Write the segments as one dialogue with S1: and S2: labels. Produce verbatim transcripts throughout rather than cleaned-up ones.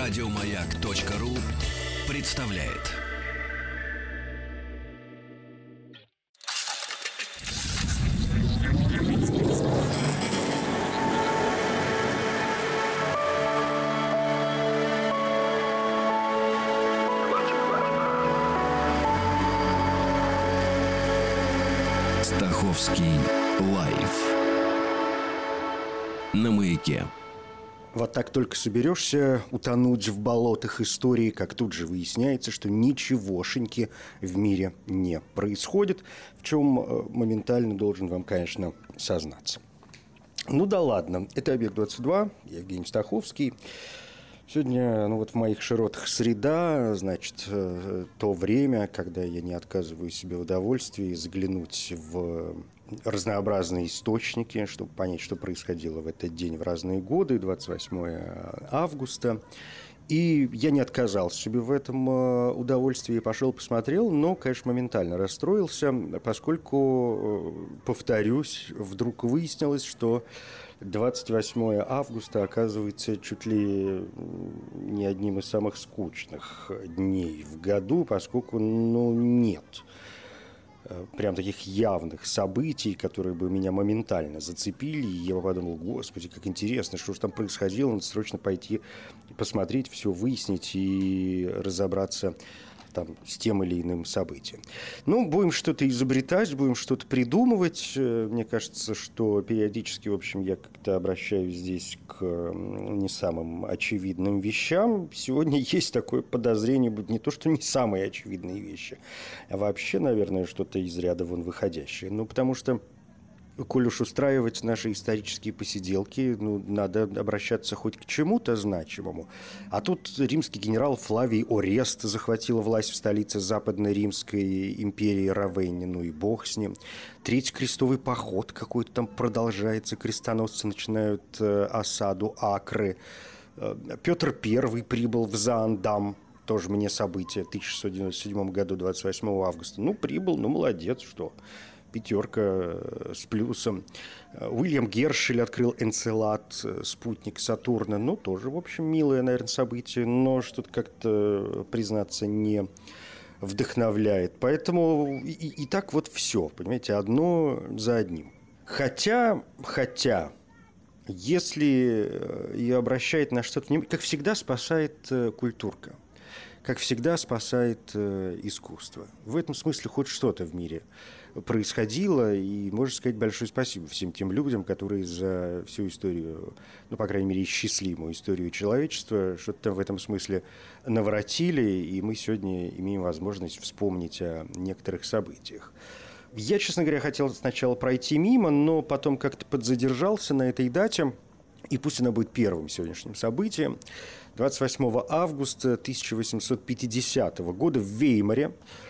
S1: Радиомаяк.ру представляет. Стаховский лайф на Маяке.
S2: Вот так только соберешься утонуть в болотах истории, как тут же выясняется, что ничегошеньки в мире не происходит, в чем моментально должен вам, конечно, сознаться. Ну да ладно, это «Объект-двадцать два», я Евгений Стаховский. Сегодня, ну вот в моих широтах среда, значит, то время, когда я не отказываю себе в удовольствии заглянуть в разнообразные источники, чтобы понять, что происходило в этот день в разные годы, двадцать восьмое августа. И я не отказал себе в этом удовольствии, пошел посмотрел, но, конечно, моментально расстроился, поскольку, повторюсь, вдруг выяснилось, что двадцать восьмое августа оказывается чуть ли не одним из самых скучных дней в году, поскольку, ну, нет прям таких явных событий, которые бы меня моментально зацепили. И я подумал, господи, как интересно, что же там происходило. Надо срочно пойти посмотреть, все выяснить и разобраться там с тем или иным событием. Ну, будем что-то изобретать, будем что-то придумывать. Мне кажется, что периодически, в общем, я как-то обращаюсь здесь к не самым очевидным вещам. Сегодня есть такое подозрение, быть не то, что не самые очевидные вещи, а вообще, наверное, что-то из ряда вон выходящее. Ну, потому что коль уж устраивать наши исторические посиделки, ну, надо обращаться хоть к чему-то значимому. А тут римский генерал Флавий Орест захватил власть в столице Западной Римской империи Равенне, ну и бог с ним. Третий крестовый поход какой-то там продолжается, крестоносцы начинают э, осаду Акры. Э, Петр Первый прибыл в Заандам. Тоже мне событие, в тысяча шестьсот девяносто седьмом году, двадцать восьмого августа. Ну, прибыл, ну, молодец, что... Пятерка с плюсом. Уильям Гершель открыл Энцелад, спутник Сатурна. Ну, тоже, в общем, милое, наверное, событие, но что-то как-то, признаться, не вдохновляет. Поэтому и, и так вот все, понимаете, одно за одним. Хотя, хотя, если и обращает на что-то внимание, как всегда спасает культурка. Как всегда спасает э, искусство. В этом смысле хоть что-то в мире происходило, и можно сказать большое спасибо всем тем людям, которые за всю историю, ну, по крайней мере, счастливую историю человечества, что-то в этом смысле наворотили, и мы сегодня имеем возможность вспомнить о некоторых событиях. Я, честно говоря, хотел сначала пройти мимо, но потом как-то подзадержался на этой дате, и пусть она будет первым сегодняшним событием. двадцать восьмого августа тысяча восемьсот пятидесятого года в Веймаре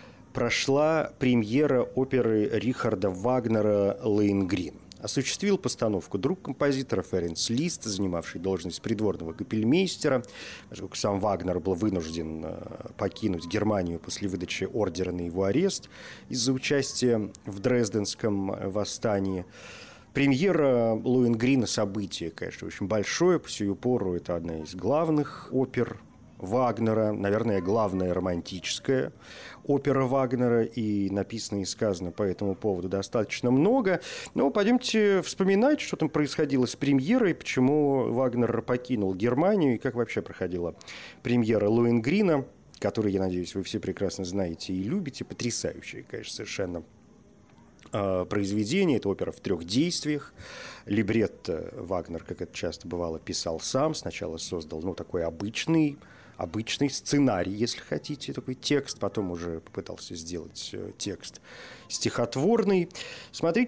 S2: прошла премьера оперы Рихарда Вагнера «Лоэнгрин». Осуществил постановку друг композитора Ференц Лист, занимавший должность придворного капельмейстера, поскольку сам Вагнер был вынужден покинуть Германию после выдачи ордера на его арест из-за участия в Дрезденском восстании. Премьера Лоэнгрина — событие, конечно, очень большое. По сию пору это одна из главных опер Вагнера, наверное, главная романтическая опера Вагнера, и написано и сказано по этому поводу достаточно много. Но пойдемте вспоминать, что там происходило с премьерой, почему Вагнер покинул Германию и как вообще проходила премьера Лоэнгрина, который, я надеюсь, вы все прекрасно знаете и любите. Потрясающая, конечно, совершенно произведение. Это опера в трех действиях. Либретто Вагнер, как это часто бывало, писал сам. Сначала создал, ну, такой обычный, обычный сценарий, если хотите, такой текст. Потом уже попытался сделать текст стихотворный. Смотрите,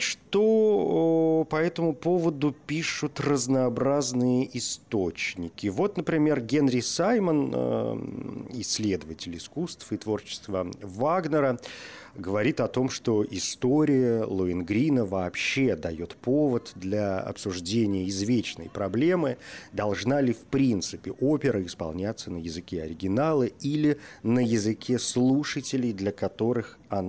S2: что по этому поводу пишут разнообразные источники. Вот, например, Генри Саймон, исследователь искусств и творчества Вагнера, говорит о том, что история Лоэнгрина вообще дает повод для обсуждения извечной проблемы, должна ли в принципе опера исполняться на языке оригинала или на языке слушателей, для которых она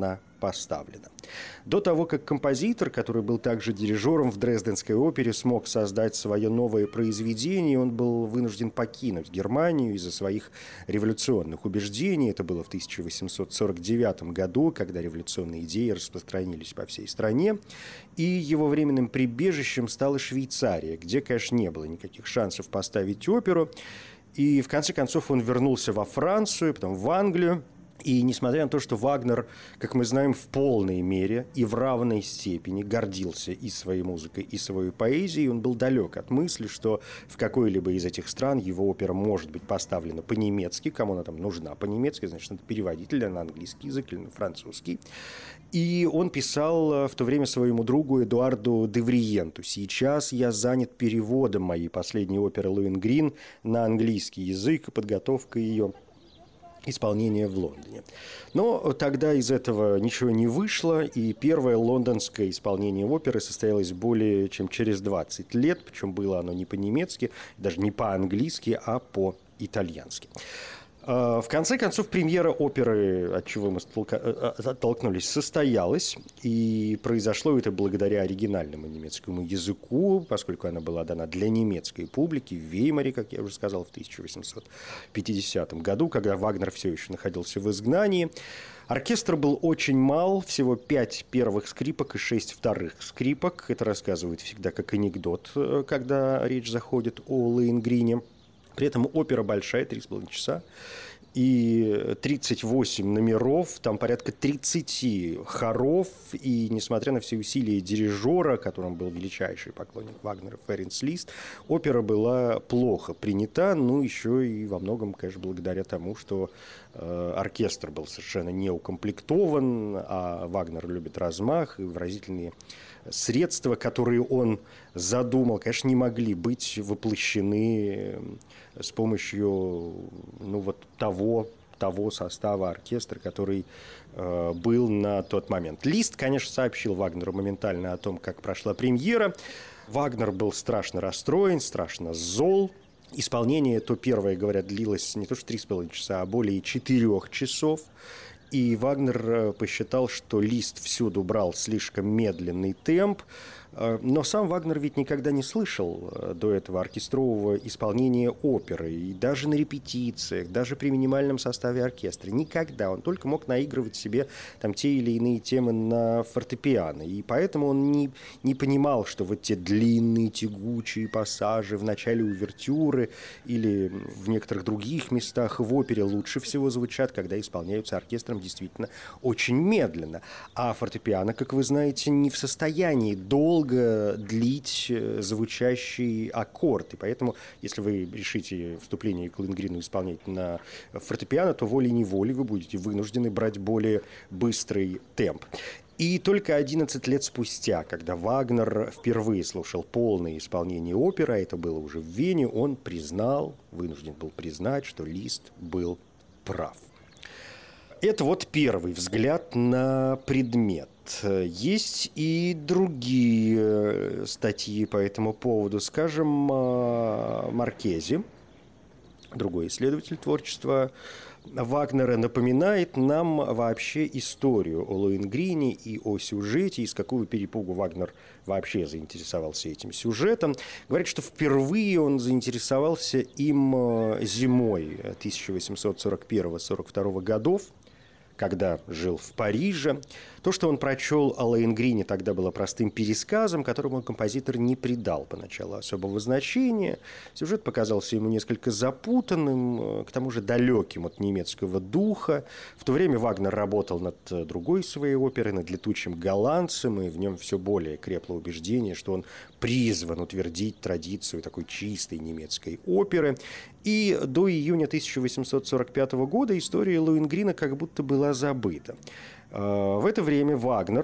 S2: поставлена. До того, как композитор, который был также дирижером в Дрезденской опере, смог создать свое новое произведение, он был вынужден покинуть Германию из-за своих революционных убеждений. Это было в тысяча восемьсот сорок девятом году, когда революционные идеи распространились по всей стране. И его временным прибежищем стала Швейцария, где, конечно, не было никаких шансов поставить оперу. И в конце концов он вернулся во Францию, потом в Англию. И несмотря на то, что Вагнер, как мы знаем, в полной мере и в равной степени гордился и своей музыкой, и своей поэзией, он был далек от мысли, что в какой-либо из этих стран его опера может быть поставлена по-немецки, кому она там нужна по-немецки, значит, это переводитель на английский язык или на французский. И он писал в то время своему другу Эдуарду де Вриенту: «Сейчас я занят переводом моей последней оперы «Лоэнгрин» на английский язык и подготовкой ее исполнения в Лондоне». Но тогда из этого ничего не вышло, и первое лондонское исполнение оперы состоялось более чем через двадцать лет, причем было оно не по-немецки, даже не по-английски, по-итальянски. В конце концов, премьера оперы, от чего мы оттолкнулись, состоялась, и произошло это благодаря оригинальному немецкому языку, поскольку она была дана для немецкой публики в Веймаре, как я уже сказал, в тысяча восемьсот пятидесятом году, когда Вагнер все еще находился в изгнании. Оркестр был очень мал, всего пять первых скрипок и шесть вторых скрипок. Это рассказывают всегда как анекдот, когда речь заходит о Лоэнгрине. При этом опера большая, три с половиной часа, и тридцать восемь номеров, там порядка тридцать хоров, и несмотря на все усилия дирижера, которым был величайший поклонник Вагнера Ференц Лист, опера была плохо принята, ну, еще и во многом, конечно, благодаря тому, что э, оркестр был совершенно не укомплектован, а Вагнер любит размах и выразительные средства, которые он задумал, конечно, не могли быть воплощены с помощью, ну, вот того, того состава оркестра, который э, был на тот момент. Лист, конечно, сообщил Вагнеру моментально о том, как прошла премьера. Вагнер был страшно расстроен, страшно зол. Исполнение, то первое, говорят, длилось не то что три с половиной часа, а более четырех часов. И Вагнер посчитал, что Лист всюду брал слишком медленный темп. Но сам Вагнер ведь никогда не слышал до этого оркестрового исполнения оперы. И даже на репетициях, даже при минимальном составе оркестра. Никогда. Он только мог наигрывать себе там те или иные темы на фортепиано. И поэтому он не, не понимал, что вот те длинные тягучие пассажи в начале увертюры или в некоторых других местах в опере лучше всего звучат, когда исполняются оркестром действительно очень медленно. А фортепиано, как вы знаете, не в состоянии долго длить звучащий аккорд. И поэтому, если вы решите вступление к Лоэнгрину исполнять на фортепиано, то волей-неволей вы будете вынуждены брать более быстрый темп. И только одиннадцать лет спустя, когда Вагнер впервые слушал полное исполнение оперы, а это было уже в Вене, он признал, вынужден был признать, что Лист был прав. Это вот первый взгляд на предмет. Есть и другие статьи по этому поводу. Скажем, Маркези, другой исследователь творчества Вагнера, напоминает нам вообще историю о Лоэнгрине и о сюжете, и с какого перепугу Вагнер вообще заинтересовался этим сюжетом. Говорит, что впервые он заинтересовался им зимой тысяча восемьсот сорок первого — сорок второго годов, когда жил в Париже. То, что он прочел о Лоэнгрине, тогда было простым пересказом, которому композитор не придал поначалу особого значения. Сюжет показался ему несколько запутанным, к тому же далеким от немецкого духа. В то время Вагнер работал над другой своей оперой, над «Летучим голландцем», и в нем все более крепло убеждение, что он призван утвердить традицию такой чистой немецкой оперы. И до июня тысяча восемьсот сорок пятого года история Лоэнгрина как будто была забыта. В это время Вагнер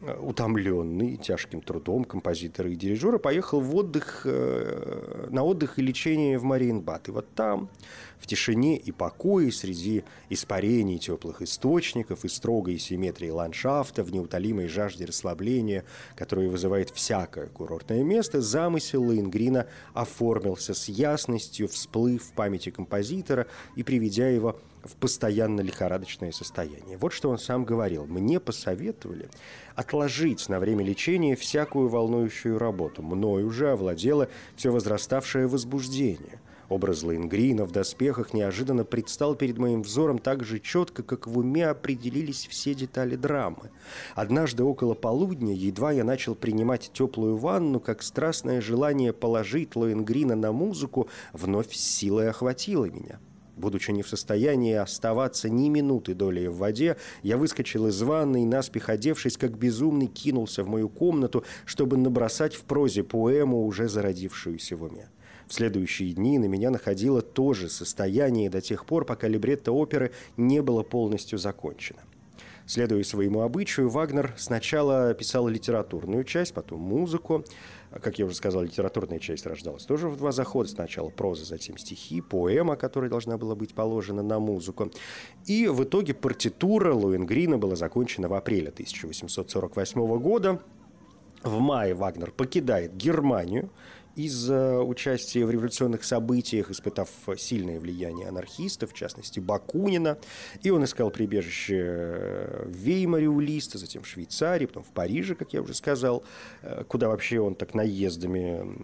S2: утомленный тяжким трудом композитора и дирижера, поехал в отдых, на отдых и лечение в Мариенбад. И вот там, в тишине и покое, среди испарений теплых источников и строгой симметрии ландшафта, в неутолимой жажде расслабления, которую вызывает всякое курортное место, замысел Лоенгрина оформился с ясностью, всплыв в памяти композитора и приведя его в постоянно лихорадочное состояние. Вот что он сам говорил. «Мне посоветовали отложить на время лечения всякую волнующую работу. Мною уже овладело все возраставшее возбуждение. Образ Лоенгрина в доспехах неожиданно предстал перед моим взором так же четко, как в уме определились все детали драмы. Однажды около полудня, едва я начал принимать теплую ванну, как страстное желание положить Лоенгрина на музыку вновь с силой охватило меня. Будучи не в состоянии оставаться ни минуты долей в воде, я выскочил из ванны и, наспех одевшись, как безумный, кинулся в мою комнату, чтобы набросать в прозе поэму, уже зародившуюся в уме. В следующие дни на меня находило то же состояние до тех пор, пока либретто оперы не было полностью закончено. Следуя своему обычаю, Вагнер сначала писал литературную часть, потом музыку. Как я уже сказал, литературная часть рождалась тоже в два захода. Сначала проза, затем стихи, поэма, которая должна была быть положена на музыку. И в итоге партитура Лоенгрина была закончена в апреле тысяча восемьсот сорок восьмого года. В мае Вагнер покидает Германию из-за участия в революционных событиях, испытав сильное влияние анархистов, в частности Бакунина. И он искал прибежище в Веймаре у Листа, затем в Швейцарии, потом в Париже, как я уже сказал, куда вообще он так наездами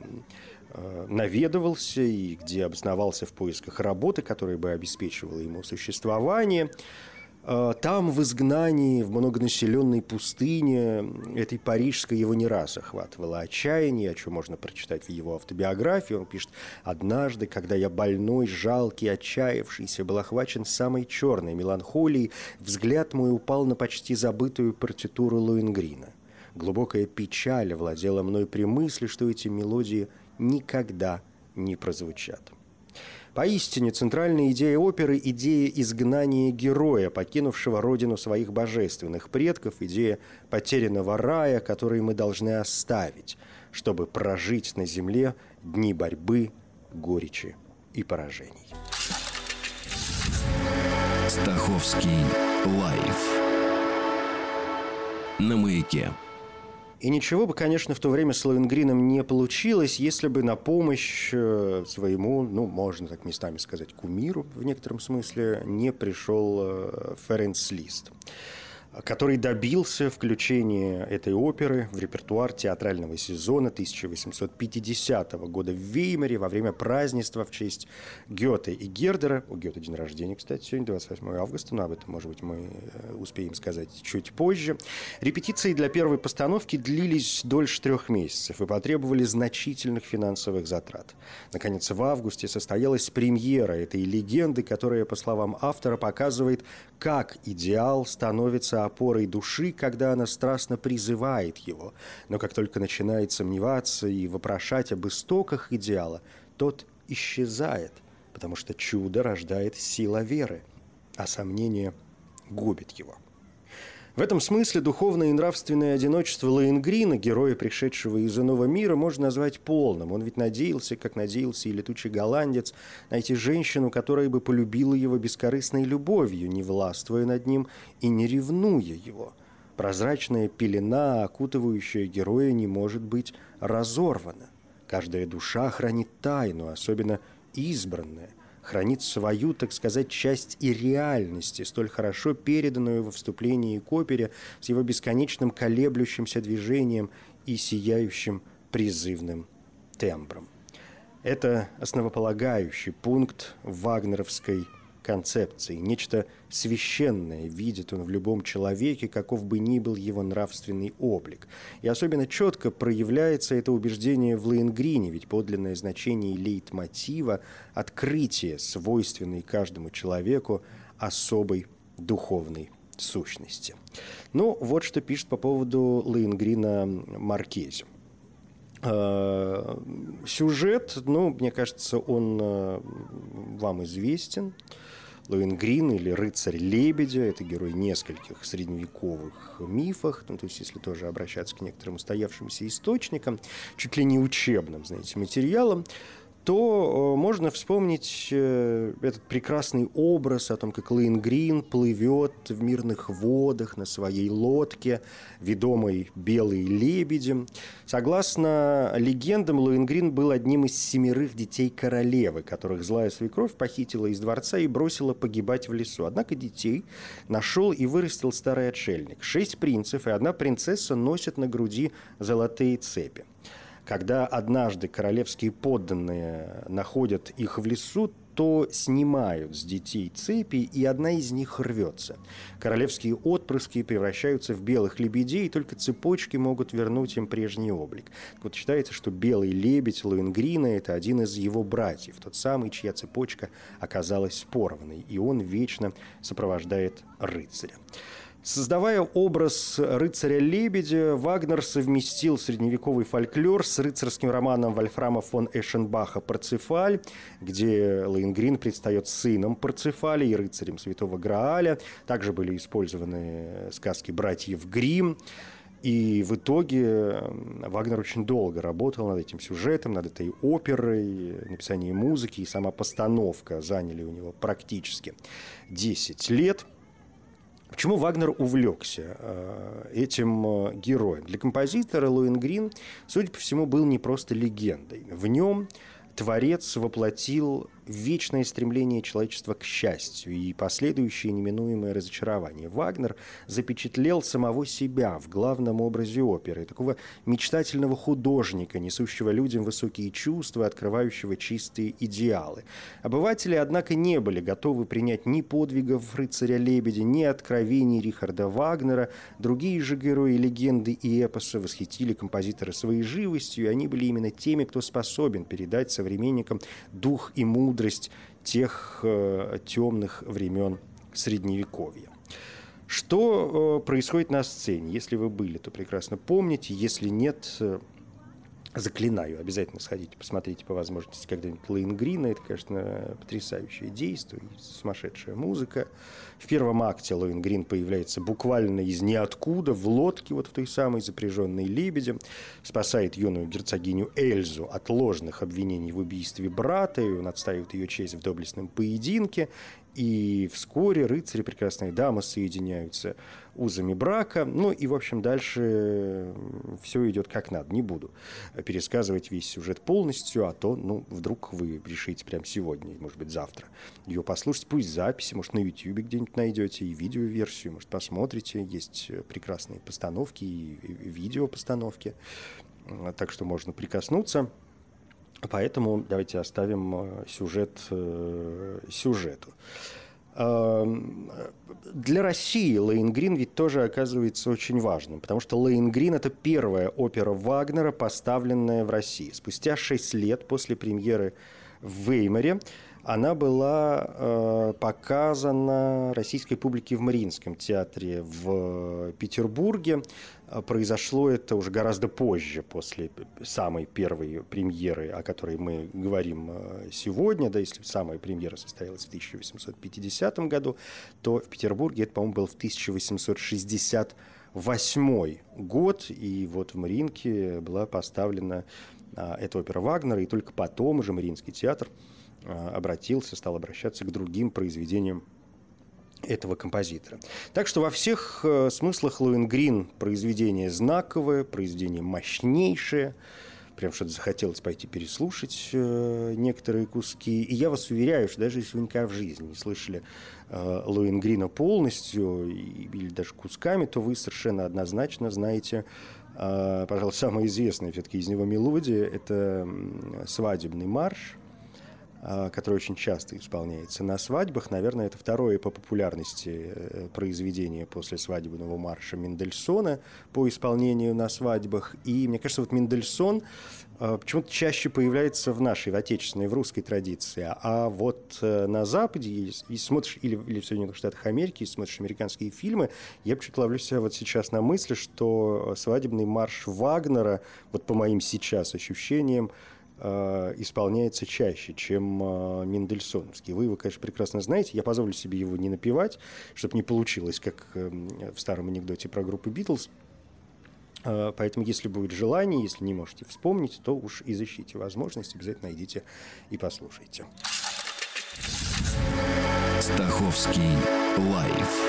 S2: наведывался и где обосновался в поисках работы, которая бы обеспечивала ему существование. Там, в изгнании, в многонаселенной пустыне, этой парижской, его не раз охватывало отчаяние, о чем можно прочитать в его автобиографии. Он пишет: «Однажды, когда я больной, жалкий, отчаявшийся, был охвачен самой черной меланхолией, взгляд мой упал на почти забытую партитуру Лоенгрина. Глубокая печаль овладела мной при мысли, что эти мелодии никогда не прозвучат». Поистине, центральная идея оперы – идея изгнания героя, покинувшего родину своих божественных предков, идея потерянного рая, который мы должны оставить, чтобы прожить на земле дни борьбы, горечи и поражений.
S1: Стаховский лайф на Маяке.
S2: И ничего бы, конечно, в то время с Лоенгрином не получилось, если бы на помощь своему, ну, можно так местами сказать, кумиру, в некотором смысле, не пришел Ференц Лист, который добился включения этой оперы в репертуар театрального сезона тысяча восемьсот пятидесятого года в Веймаре во время празднества в честь Гёте и Гердера. У Гёте день рождения, кстати, сегодня, двадцать восьмого августа, но об этом, может быть, мы успеем сказать чуть позже. Репетиции для первой постановки длились дольше трех месяцев и потребовали значительных финансовых затрат. Наконец, в августе состоялась премьера этой легенды, которая, по словам автора, показывает, как идеал становится опорой души, когда она страстно призывает его. Но как только начинает сомневаться и вопрошать об истоках идеала, тот исчезает, потому что чудо рождает сила веры, а сомнение губит его. В этом смысле духовное и нравственное одиночество Лоенгрина, героя, пришедшего из иного мира, можно назвать полным. Он ведь надеялся, как надеялся и летучий голландец, найти женщину, которая бы полюбила его бескорыстной любовью, не властвуя над ним и не ревнуя его. Прозрачная пелена, окутывающая героя, не может быть разорвана. Каждая душа хранит тайну, особенно избранная, хранит свою, так сказать, часть и реальности, столь хорошо переданную во вступлении к опере с его бесконечным колеблющимся движением и сияющим призывным тембром. Это основополагающий пункт вагнеровской концепции. Нечто священное видит он в любом человеке, каков бы ни был его нравственный облик. И особенно четко проявляется это убеждение в Лоенгрине, ведь подлинное значение лейтмотива – открытие, свойственной каждому человеку, особой духовной сущности. Ну, вот что пишет по поводу Лоенгрина Маркези. Сюжет, ну, мне кажется, он вам известен. Лоэнгрин или рыцарь лебедя. Это герой нескольких средневековых мифов. Ну, то есть, если тоже обращаться к некоторым устоявшимся источникам, чуть ли не учебным, знаете, материалам, то можно вспомнить этот прекрасный образ о том, как Лоэнгрин плывет в мирных водах на своей лодке, ведомой белой лебедем. Согласно легендам, Лоэнгрин был одним из семерых детей королевы, которых злая свекровь похитила из дворца и бросила погибать в лесу. Однако детей нашел и вырастил старый отшельник. Шесть принцев и одна принцесса носят на груди золотые цепи. Когда однажды королевские подданные находят их в лесу, то снимают с детей цепи, и одна из них рвется. Королевские отпрыски превращаются в белых лебедей, и только цепочки могут вернуть им прежний облик. Вот считается, что белый лебедь Лоэнгрина – это один из его братьев, тот самый, чья цепочка оказалась порванной, и он вечно сопровождает рыцаря. Создавая образ рыцаря-лебедя, Вагнер совместил средневековый фольклор с рыцарским романом Вольфрама фон Эшенбаха «Парцефаль», где Лоэнгрин предстает сыном Парцефаля и рыцарем Святого Грааля. Также были использованы сказки братьев Гримм. И в итоге Вагнер очень долго работал над этим сюжетом, над этой оперой, написание музыки, и сама постановка заняли у него практически десять лет. Почему Вагнер увлекся э, этим э, героем? Для композитора Лоэнгрин, судя по всему, был не просто легендой. В нем творец воплотил вечное стремление человечества к счастью и последующее неминуемое разочарование. Вагнер запечатлел самого себя в главном образе оперы, такого мечтательного художника, несущего людям высокие чувства, открывающего чистые идеалы. Обыватели, однако, не были готовы принять ни подвигов рыцаря-лебедя, ни откровений Рихарда Вагнера. Другие же герои легенды и эпоса восхитили композитора своей живостью, и они были именно теми, кто способен передать современникам дух и мудрость тех э, темных времен Средневековья. Что э, происходит на сцене? Если вы были, то прекрасно помните. Если нет, э, заклинаю, обязательно сходите, посмотрите по возможности когда-нибудь Лоэнгрина. Это, конечно, потрясающее действие, сумасшедшая музыка. В первом акте Лоэнгрин появляется буквально из ниоткуда в лодке, вот в той самой запряженной лебедем, спасает юную герцогиню Эльзу от ложных обвинений в убийстве брата, и он отстаивает ее честь в доблестном поединке. И вскоре рыцари, прекрасные дамы соединяются узами брака. Ну и, в общем, дальше все идет как надо. Не буду пересказывать весь сюжет полностью, а то, ну, вдруг вы решите прямо сегодня, может быть, завтра ее послушать. Пусть записи, может, на Ютьюбе где-нибудь найдете, и видеоверсию, может, посмотрите. Есть прекрасные постановки и видеопостановки, так что можно прикоснуться. Поэтому давайте оставим сюжет э, сюжету. Э, для России Лоэнгрин ведь тоже оказывается очень важным, потому что Лоэнгрин – это первая опера Вагнера, поставленная в России. Спустя шесть лет после премьеры в Веймаре она была э, показана российской публике в Мариинском театре в Петербурге. Произошло это уже гораздо позже, после самой первой премьеры, о которой мы говорим сегодня. Да, если самая премьера состоялась в тысяча восемьсот пятидесятом году, то в Петербурге это, по-моему, был в тысяча восемьсот шестьдесят восьмой год. И вот в Мариинке была поставлена а, эта опера Вагнера, и только потом уже Мариинский театр а, обратился, стал обращаться к другим произведениям этого композитора. Так что во всех э, смыслах Лоэнгрин произведение знаковое, произведение мощнейшее. Прям что-то захотелось пойти переслушать э, некоторые куски. И я вас уверяю, что даже если вы никогда в жизни не слышали э, Лоэнгрина полностью или даже кусками, то вы совершенно однозначно знаете, э, пожалуй, самая известная все-таки из него мелодия – это «Свадебный марш», который очень часто исполняется на свадьбах. Наверное, это второе по популярности произведение после свадебного марша Мендельсона по исполнению на свадьбах. И мне кажется, вот Мендельсон почему-то чаще появляется в нашей, в отечественной, в русской традиции. А вот на Западе, если смотришь, или, или в Соединенных Штатах Америки, если смотришь американские фильмы, я почему-то ловлю себя вот сейчас на мысли, что свадебный марш Вагнера, вот по моим сейчас ощущениям, э, исполняется чаще, чем э, мендельсоновский. Вы его, конечно, прекрасно знаете. Я позволю себе его не напевать, чтобы не получилось, как э, в старом анекдоте про группу «Битлз». Э, поэтому, если будет желание, если не можете вспомнить, то уж изыщите возможность, обязательно найдите и послушайте.
S1: Стаховский лайф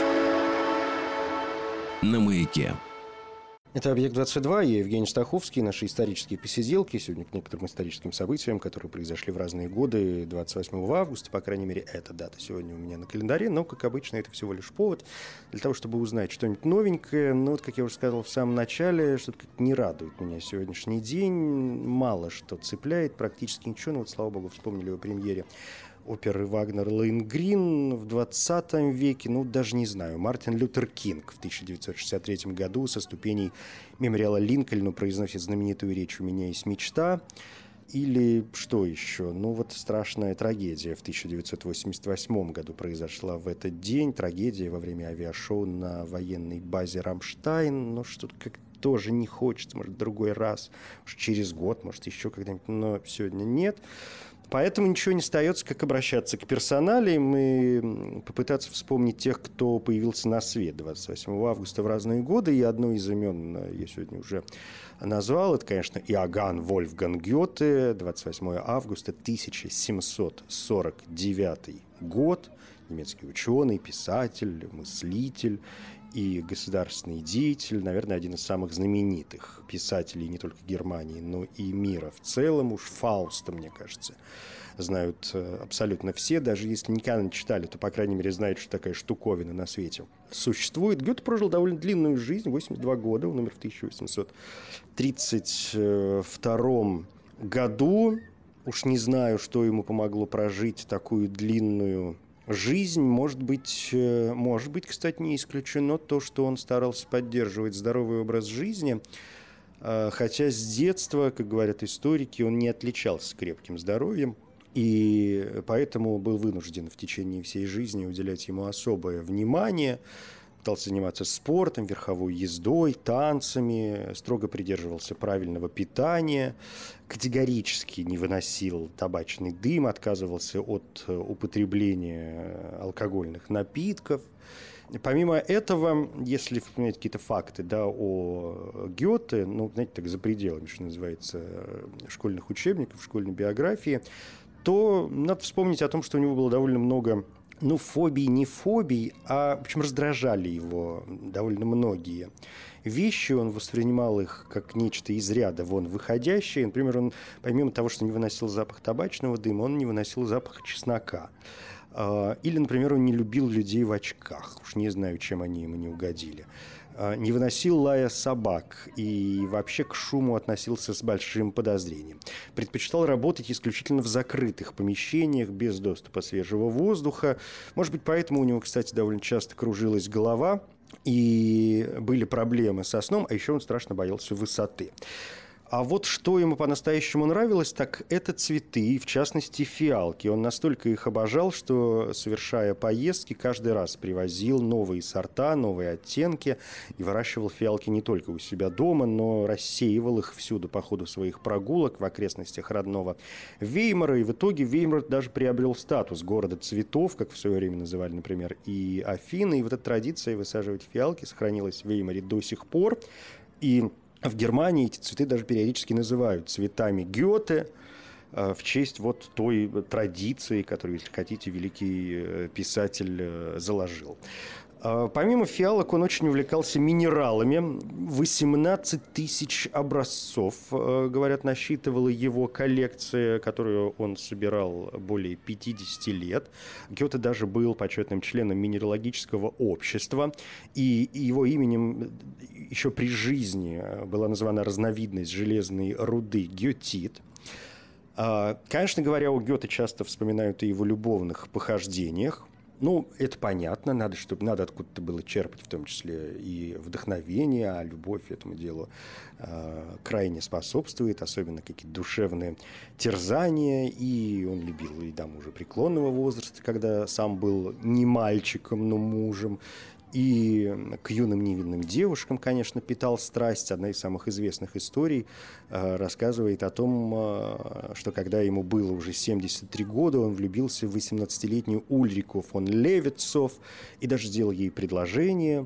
S1: на Маяке.
S2: Это «Объект-двадцать два», я Евгений Стаховский, наши исторические посиделки. Сегодня к некоторым историческим событиям, которые произошли в разные годы, двадцать восьмого августа, по крайней мере, эта дата сегодня у меня на календаре, но, как обычно, это всего лишь повод для того, чтобы узнать что-нибудь новенькое. Но вот, как я уже сказал в самом начале, что-то как-то не радует меня сегодняшний день, мало что цепляет, практически ничего, но вот, слава богу, вспомнили о премьере оперы Вагнер «Лоэнгрин» в двадцатом веке, ну, даже не знаю, Мартин Лютер Кинг в тысяча девятьсот шестьдесят третьем году со ступеней мемориала Линкольну произносит знаменитую речь «У меня есть мечта». Или что еще? Ну, вот страшная трагедия в тысяча девятьсот восемьдесят восьмом году произошла в этот день. Трагедия во время авиашоу на военной базе «Рамштайн». Ну, что-то как тоже не хочется, может, в другой раз, может, через год, может, еще когда-нибудь, но сегодня нет. Поэтому ничего не остается, как обращаться к персоналиям и попытаться вспомнить тех, кто появился на свет двадцать восьмого августа в разные годы. И одно из имен я сегодня уже назвал. Это, конечно, Иоганн Вольфганг Гёте. двадцать восьмого августа тысяча семьсот сорок девятый год. Немецкий ученый, писатель, мыслитель и государственный деятель, наверное, один из самых знаменитых писателей не только Германии, но и мира в целом. Уж Фауста, мне кажется, знают абсолютно все. Даже если никогда не читали, то, по крайней мере, знают, что такая штуковина на свете существует. Гёте прожил довольно длинную жизнь, восемьдесят два года. Он умер в тысяча восемьсот тридцать втором году. Уж не знаю, что ему помогло прожить такую длинную жизнь. Может быть, может быть, кстати, не исключено то, что он старался поддерживать здоровый образ жизни, хотя с детства, как говорят историки, он не отличался крепким здоровьем, и поэтому был вынужден в течение всей жизни уделять ему особое внимание. Пытался заниматься спортом, верховой ездой, танцами, строго придерживался правильного питания, категорически не выносил табачный дым, отказывался от употребления алкогольных напитков. Помимо этого, если вспоминать какие-то факты, да, о Гёте, ну, знаете, так за пределами, что называется, школьных учебников, школьной биографии, то надо вспомнить о том, что у него было довольно много... Ну, фобий, не фобий, а, в общем, раздражали его довольно многие вещи. Он воспринимал их как нечто из ряда вон выходящее. Например, он, помимо того, что не выносил запах табачного дыма, он не выносил запах чеснока. Или, например, он не любил людей в очках. Уж не знаю, чем они ему не угодили. Не выносил лая собак и вообще к шуму относился с большим подозрением. Предпочитал работать исключительно в закрытых помещениях, без доступа свежего воздуха. Может быть, поэтому у него, кстати, довольно часто кружилась голова и были проблемы со сном, а еще он страшно боялся высоты. А вот что ему по-настоящему нравилось, так это цветы, в частности фиалки. Он настолько их обожал, что, совершая поездки, каждый раз привозил новые сорта, новые оттенки и выращивал фиалки не только у себя дома, но рассеивал их всюду по ходу своих прогулок в окрестностях родного Веймара. И в итоге Веймар даже приобрел статус города цветов, как в свое время называли, например, и Афины. И вот эта традиция высаживать фиалки сохранилась в Веймаре до сих пор. И в Германии эти цветы даже периодически называют цветами Гёте в честь вот той традиции, которую, если хотите, великий писатель заложил. Помимо фиалок он очень увлекался минералами. восемнадцать тысяч образцов, говорят, насчитывала его коллекция, которую он собирал более пятьдесят лет. Гёте даже был почетным членом минералогического общества. И его именем еще при жизни была названа разновидность железной руды гётит. Конечно говоря, о Гёте часто вспоминают и его любовных похождениях. Ну, это понятно, надо, чтобы, надо откуда-то было черпать, в том числе и вдохновение, а любовь этому делу э, крайне способствует, особенно какие-то душевные терзания, и он любил и даму уже преклонного возраста, когда сам был не мальчиком, но мужем, И к юным невинным девушкам, конечно, питал страсть. Одна из самых известных историй э, рассказывает о том, э, что когда ему было уже семьдесят три года, он влюбился в восемнадцатилетнюю Ульрику фон Левитцов и даже сделал ей предложение.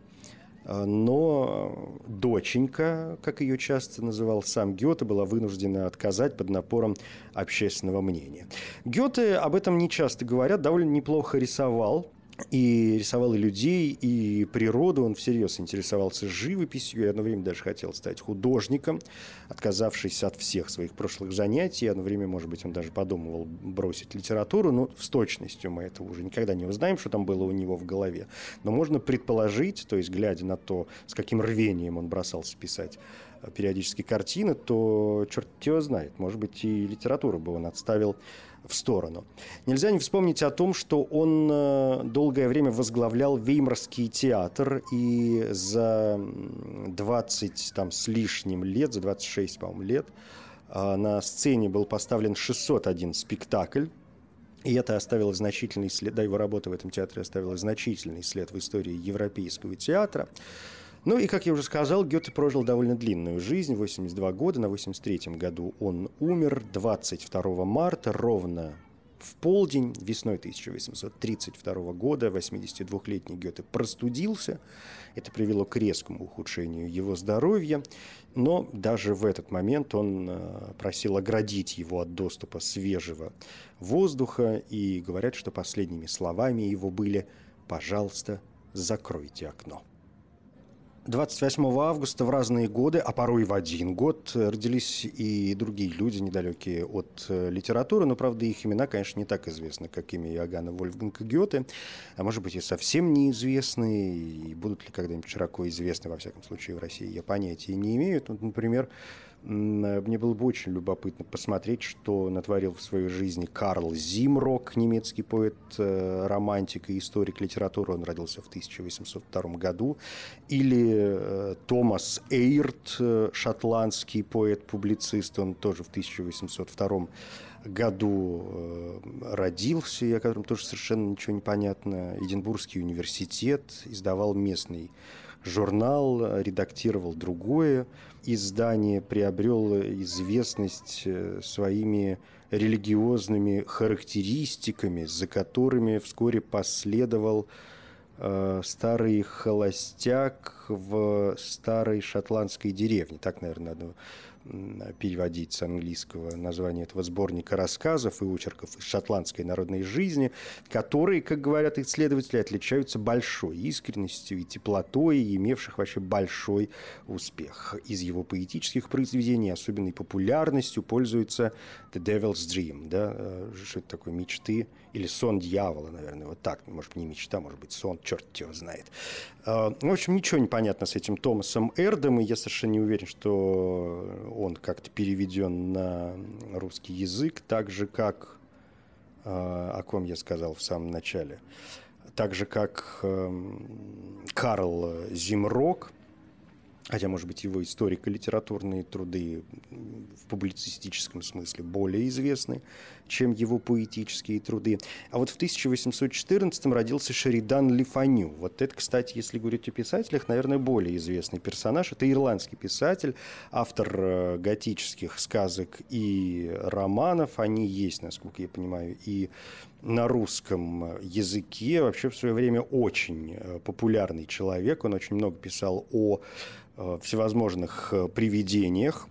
S2: Но доченька, как ее часто называл сам Гёте, была вынуждена отказать под напором общественного мнения. Гёте, об этом не часто говорят, довольно неплохо рисовал. И рисовал и людей, и природу. Он всерьез интересовался живописью и одно время даже хотел стать художником, отказавшись от всех своих прошлых занятий. Одно время, может быть, он даже подумывал бросить литературу, но с точностью мы этого уже никогда не узнаем, что там было у него в голове. Но можно предположить, то есть глядя на то, с каким рвением он бросался писать периодически картины, то черт его знает, может быть, и литературу бы он отставил в сторону. Нельзя не вспомнить о том, что он долгое время возглавлял Веймарский театр, и за двадцать там, с лишним лет, за двадцать шесть, по-моему, лет, на сцене был поставлен шестьсот один спектакль. И это оставило значительный след, да, его работа в этом театре оставила значительный след в истории европейского театра. Ну и, как я уже сказал, Гёте прожил довольно длинную жизнь, восемьдесят два года. На восемьдесят третьем году он умер двадцать второго марта, ровно в полдень, весной тысяча восемьсот тридцать второго года. восьмидесятидвухлетний Гёте простудился. Это привело к резкому ухудшению его здоровья. Но даже в этот момент он просил оградить его от доступа свежего воздуха. И говорят, что последними словами его были «пожалуйста, закройте окно». двадцать восьмого августа в разные годы, а порой и в один год, родились и другие люди, недалекие от литературы, но, правда, их имена, конечно, не так известны, как имя Иоганна Вольфганга Гёте, а может быть и совсем неизвестны, и будут ли когда-нибудь широко известны, во всяком случае, в России, я понятия не имею. Вот, например, мне было бы очень любопытно посмотреть, что натворил в своей жизни Карл Зимрок, немецкий поэт, романтик и историк литературы. Он родился в тысяча восемьсот втором году. Или Томас Эйрт, шотландский поэт-публицист. Он тоже в тысяча восемьсот втором году родился, и о котором тоже совершенно ничего не понятно. Эдинбургский университет, издавал местный журнал, редактировал другое издание, приобрел известность своими религиозными характеристиками, за которыми вскоре последовал э, старый холостяк в старой шотландской деревне. Так, наверное, надо переводить с английского название этого сборника рассказов и очерков из шотландской народной жизни, которые, как говорят исследователи, отличаются большой искренностью и теплотой, и имевших вообще большой успех. Из его поэтических произведений особенной популярностью пользуется «The Devil's Dream», да, что это такое, мечты, или «Сон дьявола», наверное, вот так, может, не мечта, может быть, сон, черт его знает. В общем, ничего не понятно с этим Томасом Эрдом, и я совершенно не уверен, что он как-то переведен на русский язык, так же, как, о ком я сказал в самом начале, так же, как Карл Зимрок, хотя, может быть, его историко-литературные труды в публицистическом смысле более известны, чем его поэтические труды. А вот в тысяча восемьсот четырнадцатом родился Шеридан Le Fanu. Вот это, кстати, если говорить о писателях, наверное, более известный персонаж. Это ирландский писатель, автор готических сказок и романов. Они есть, насколько я понимаю, и на русском языке. Вообще в свое время очень популярный человек. Он очень много писал о всевозможных привидениях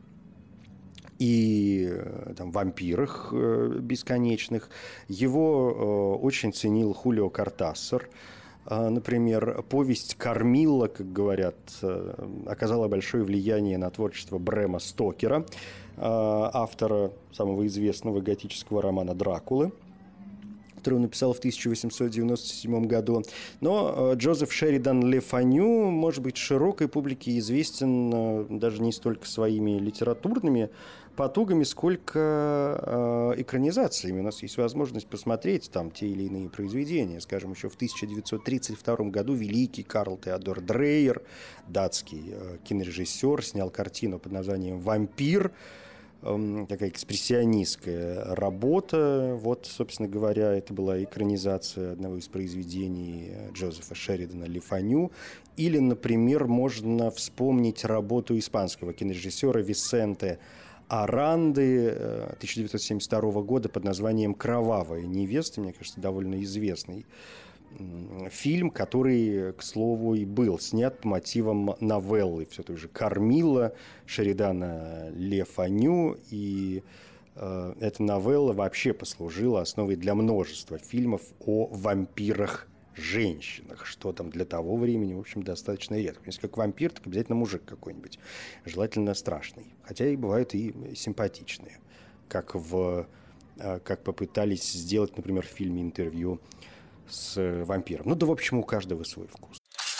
S2: и там, вампирах бесконечных. Его очень ценил Хулио Кортасар. Например, повесть «Кормила», как говорят, оказала большое влияние на творчество Брэма Стокера, автора самого известного готического романа «Дракулы», который он написал в тысяча восемьсот девяносто седьмом году. Но Джозеф Шеридан Ле Фаню, может быть, широкой публике известен даже не столько своими литературными потугами, сколько экранизациями. У нас есть возможность посмотреть там те или иные произведения. Скажем, еще в тысяча девятьсот тридцать втором году великий Карл Теодор Дрейер, датский кинорежиссер, снял картину под названием «Вампир». э, такая экспрессионистская работа. Вот, собственно говоря, это была экранизация одного из произведений Джозефа Шеридана «Le Fanu». Или, например, можно вспомнить работу испанского кинорежиссера Висенте Аранды тысяча девятьсот семьдесят второго года под названием «Кровавая невеста». Мне кажется, довольно известный фильм, который, к слову, и был снят по мотивам новеллы все той же Кармилла Шеридана «Le Fanu». И э, эта новелла вообще послужила основой для множества фильмов о вампирах женщинах, что там для того времени, в общем, достаточно редко. Если как вампир, так обязательно мужик какой-нибудь, желательно страшный. Хотя и бывают и симпатичные, как, в, как попытались сделать, например, в фильме «Интервью с вампиром». Ну да, в общем, у каждого свой вкус.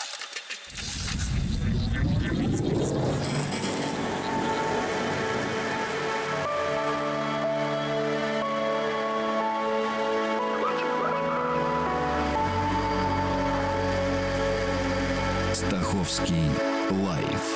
S1: Стаховский лайф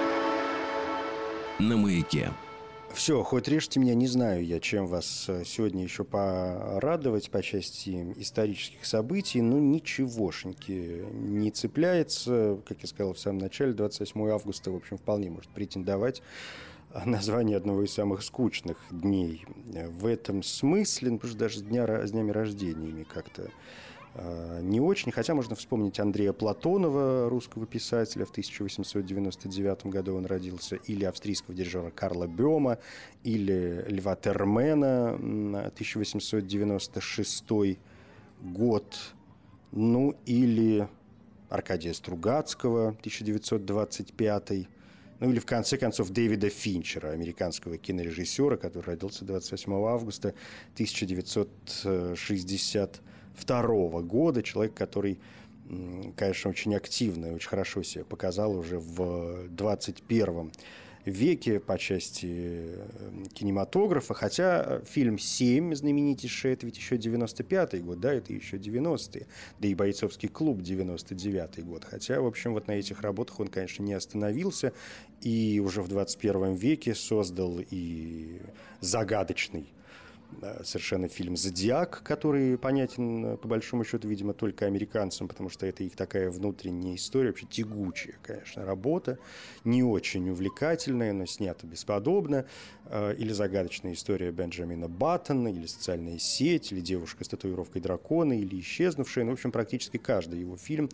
S1: на Маяке.
S2: Все, хоть режьте меня, не знаю я, чем вас сегодня еще порадовать по части исторических событий, но ничегошеньки не цепляется. Как я сказал в самом начале, двадцать восьмого августа, в общем, вполне может претендовать название одного из самых скучных дней в этом смысле, ну, потому что даже с, дня, с днями рождениями как-то не очень, хотя можно вспомнить Андрея Платонова, русского писателя, в тысяча восемьсот девяносто девятом году он родился, или австрийского дирижера Карла Бёма, или Льва Термена, тысяча восемьсот девяносто шестой год, ну или Аркадия Стругацкого, тысяча девятьсот двадцать пятый, ну или в конце концов Дэвида Финчера, американского кинорежиссера, который родился двадцать восьмого августа тысяча девятьсот шестьдесят второго года, человек, который, конечно, очень активно и очень хорошо себя показал уже в двадцать первом веке по части кинематографа, хотя фильм «Семь», знаменитейший, это ведь еще девяносто пятый год, да, это еще девяностые, да и «Бойцовский клуб» девяносто девятый год, хотя, в общем, вот на этих работах он, конечно, не остановился и уже в двадцать первом веке создал и загадочный совершенно фильм «Зодиак», который понятен, по большому счету, видимо, только американцам, потому что это их такая внутренняя история, вообще тягучая, конечно, работа, не очень увлекательная, но снята бесподобно. Или загадочная история Бенджамина Баттона, или «Социальная сеть», или «Девушка с татуировкой дракона», или «Исчезнувшая». Ну, в общем, практически каждый его фильм,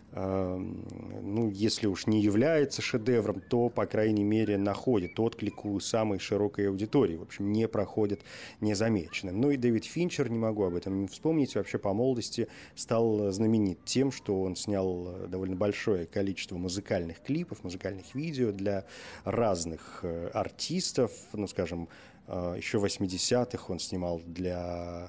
S2: ну, если уж не является шедевром, то, по крайней мере, находит отклик у самой широкой аудитории. В общем, не проходит незамеченным. Ну и Дэвид Финчер, не могу об этом не вспомнить, вообще по молодости стал знаменит тем, что он снял довольно большое количество музыкальных клипов, музыкальных видео для разных артистов. Ну, скажем, еще в восьмидесятых он снимал для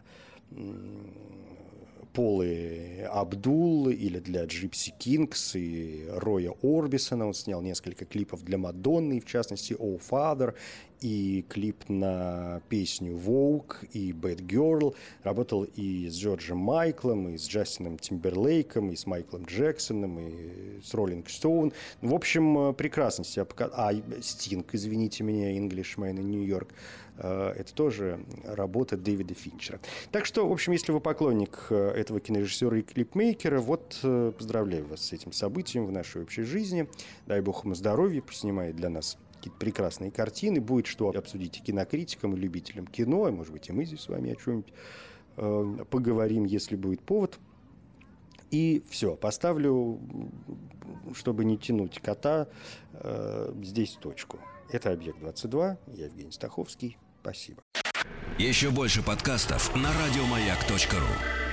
S2: Полы Абдул или для Джипси Кингс и Роя Орбисона. Он снял несколько клипов для Мадонны, в частности «Oh Father», и клип на песню «Vogue» и «Bad Girl». Работал и с Джорджем Майклом, и с Джастином Тимберлейком, и с Майклом Джексоном, и с Роллинг Стоун. В общем, прекрасно себя показал. А, Стинг, извините меня, Englishman in New York. Это тоже работа Дэвида Финчера. Так что, в общем, если вы поклонник этого кинорежиссера и клипмейкера, вот поздравляю вас с этим событием в нашей общей жизни. Дай бог ему здоровья, поснимает для нас какие-то прекрасные картины. Будет что обсудить и кинокритикам, и любителям кино, и, может быть, и мы здесь с вами о чем-нибудь э, поговорим, если будет повод. И все, поставлю, чтобы не тянуть кота, э, здесь точку. Это «Объект двадцать два», я Евгений Стаховский. Спасибо.
S1: Еще больше подкастов на радиомаяк точка ру.